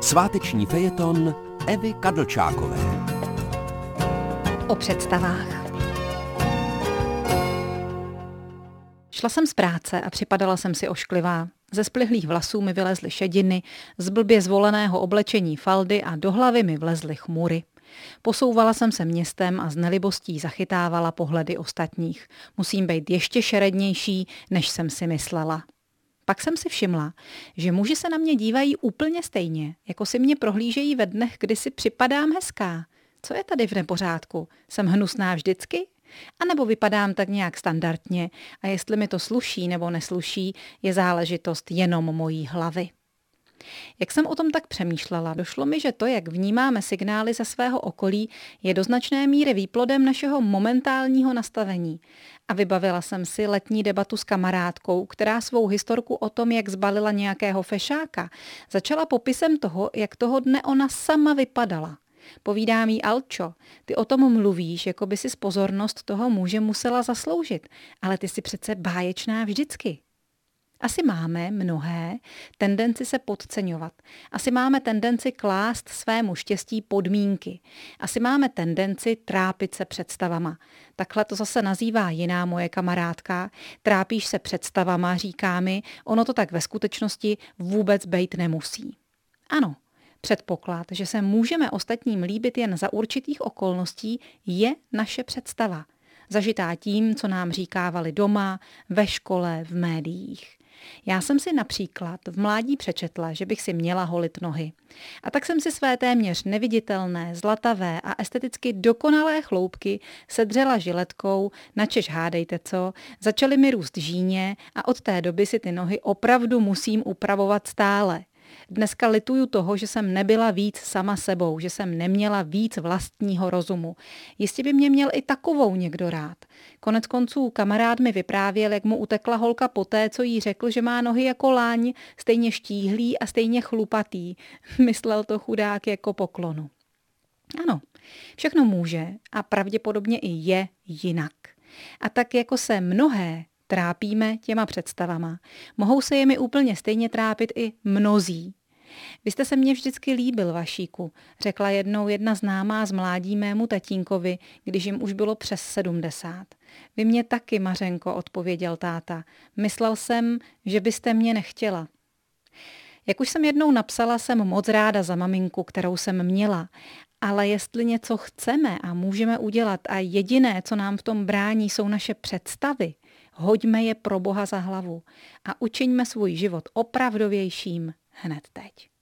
Sváteční fejeton Evy Kadlčákové. O představách. Šla jsem z práce a připadala jsem si ošklivá. Ze splihlých vlasů mi vylezly šediny, z blbě zvoleného oblečení faldy a do hlavy mi vlezly chmury. Posouvala jsem se městem a s nelibostí zachytávala pohledy ostatních. Musím být ještě šerednější, než jsem si myslela. Pak jsem si všimla, že muži se na mě dívají úplně stejně, jako si mě prohlížejí ve dnech, kdy si připadám hezká. Co je tady v nepořádku? Jsem hnusná vždycky? A nebo vypadám tak nějak standardně a jestli mi to sluší nebo nesluší, je záležitost jenom mojí hlavy. Jak jsem o tom tak přemýšlela, došlo mi, že to, jak vnímáme signály ze svého okolí, je do značné míry výplodem našeho momentálního nastavení. A vybavila jsem si letní debatu s kamarádkou, která svou historku o tom, jak zbalila nějakého fešáka, začala popisem toho, jak toho dne ona sama vypadala. Povídám jí: Alčo, ty o tom mluvíš, jako by si pozornost toho muže musela zasloužit, ale ty jsi přece báječná vždycky. Asi máme mnohé tendenci se podceňovat. Asi máme tendenci klást svému štěstí podmínky. Asi máme tendenci trápit se představama. Takhle to zase nazývá jiná moje kamarádka. Trápíš se představama, říká mi, ono to tak ve skutečnosti vůbec bejt nemusí. Ano, předpoklad, že se můžeme ostatním líbit jen za určitých okolností, je naše představa. Zažitá tím, co nám říkávali doma, ve škole, v médiích. Já jsem si například v mládí přečetla, že bych si měla holit nohy. A tak jsem si své téměř neviditelné, zlatavé a esteticky dokonalé chloupky sedřela žiletkou, načež hádejte co, začaly mi růst žíně a od té doby si ty nohy opravdu musím upravovat stále. Dneska lituju toho, že jsem nebyla víc sama sebou, že jsem neměla víc vlastního rozumu. Jistě by mě měl i takovou někdo rád. Konec konců kamarád mi vyprávěl, jak mu utekla holka poté, co jí řekl, že má nohy jako láň, stejně štíhlý a stejně chlupatý. Myslel to chudák jako poklonu. Ano, všechno může a pravděpodobně i je jinak. A tak jako se mnohé trápíme těma představama, mohou se jimi úplně stejně trápit i mnozí. Vy jste se mně vždycky líbil, Vašíku, řekla jednou jedna známá z mládí mému tatínkovi, když jim už bylo přes 70. Vy mě taky, Mařenko, odpověděl táta. Myslel jsem, že byste mě nechtěla. Jak už jsem jednou napsala, jsem moc ráda za maminku, kterou jsem měla. Ale jestli něco chceme a můžeme udělat a jediné, co nám v tom brání, jsou naše představy, hoďme je pro Boha za hlavu a učiňme svůj život opravdovějším hned teď.